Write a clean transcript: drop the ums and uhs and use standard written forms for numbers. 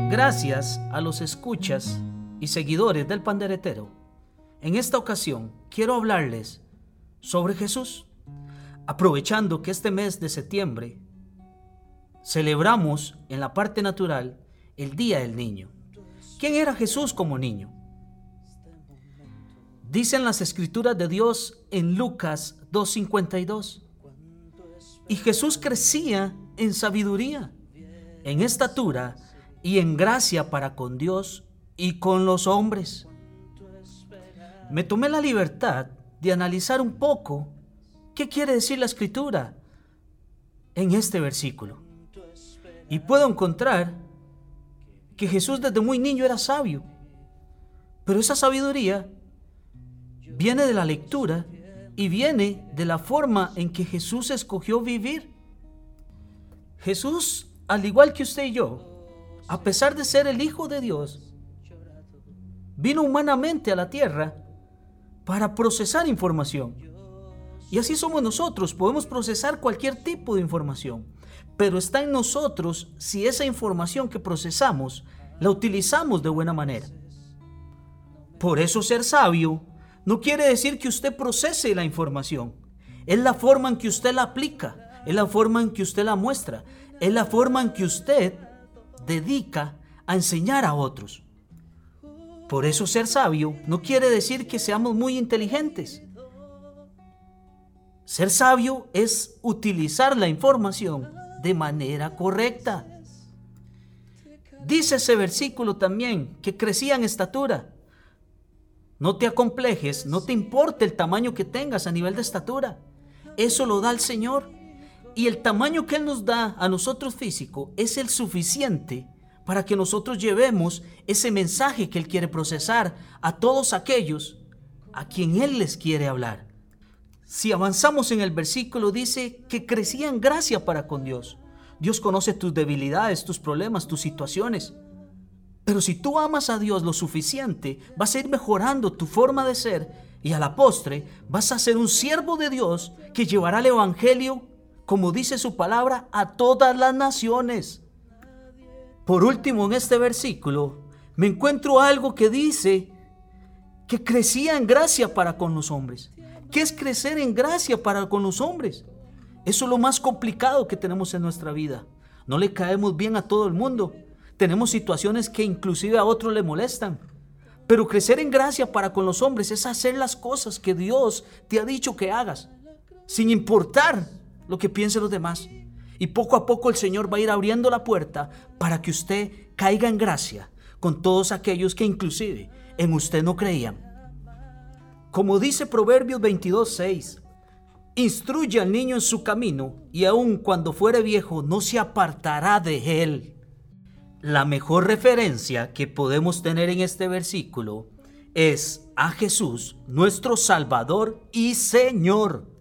Gracias a los escuchas y seguidores del Panderetero. En esta ocasión quiero hablarles sobre Jesús, aprovechando que este mes de septiembre celebramos en la parte natural el Día del Niño. ¿Quién era Jesús como niño? Dicen las Escrituras de Dios en Lucas 2:52. Y Jesús crecía en sabiduría, en estatura y en gracia para con Dios y con los hombres. Me tomé la libertad de analizar un poco qué quiere decir la Escritura en este versículo. Y puedo encontrar que Jesús desde muy niño era sabio, pero esa sabiduría viene de la lectura y viene de la forma en que Jesús escogió vivir. Jesús, al igual que usted y yo, a pesar de ser el Hijo de Dios, vino humanamente a la tierra para procesar información. Y así somos nosotros, podemos procesar cualquier tipo de información, pero está en nosotros si esa información que procesamos la utilizamos de buena manera. Por eso ser sabio no quiere decir que usted procese la información. Es la forma en que usted la aplica, es la forma en que usted la muestra, es la forma en que usted dedica a enseñar a otros. Por eso ser sabio no quiere decir que seamos muy inteligentes. Ser sabio es utilizar la información de manera correcta. Dice ese versículo también que crecía en estatura. No te acomplejes, no te importe el tamaño que tengas a nivel de estatura. Eso lo da el Señor. Y el tamaño que Él nos da a nosotros físico es el suficiente para que nosotros llevemos ese mensaje que Él quiere procesar a todos aquellos a quien Él les quiere hablar. Si avanzamos en el versículo, dice que crecía en gracia para con Dios. Dios conoce tus debilidades, tus problemas, tus situaciones. Pero si tú amas a Dios lo suficiente, vas a ir mejorando tu forma de ser y a la postre vas a ser un siervo de Dios que llevará el evangelio, como dice su palabra, a todas las naciones. Por último, en este versículo me encuentro algo que dice que crecía en gracia para con los hombres. ¿Qué es crecer en gracia para con los hombres? Eso es lo más complicado que tenemos en nuestra vida. No le caemos bien a todo el mundo. Tenemos situaciones que inclusive a otros le molestan. Pero crecer en gracia para con los hombres es hacer las cosas que Dios te ha dicho que hagas, sin importar lo que piensen los demás. Y poco a poco el Señor va a ir abriendo la puerta para que usted caiga en gracia con todos aquellos que inclusive en usted no creían. Como dice Proverbios 22:6, instruye al niño en su camino y aun cuando fuere viejo no se apartará de él. La mejor referencia que podemos tener en este versículo es a Jesús, nuestro Salvador y Señor.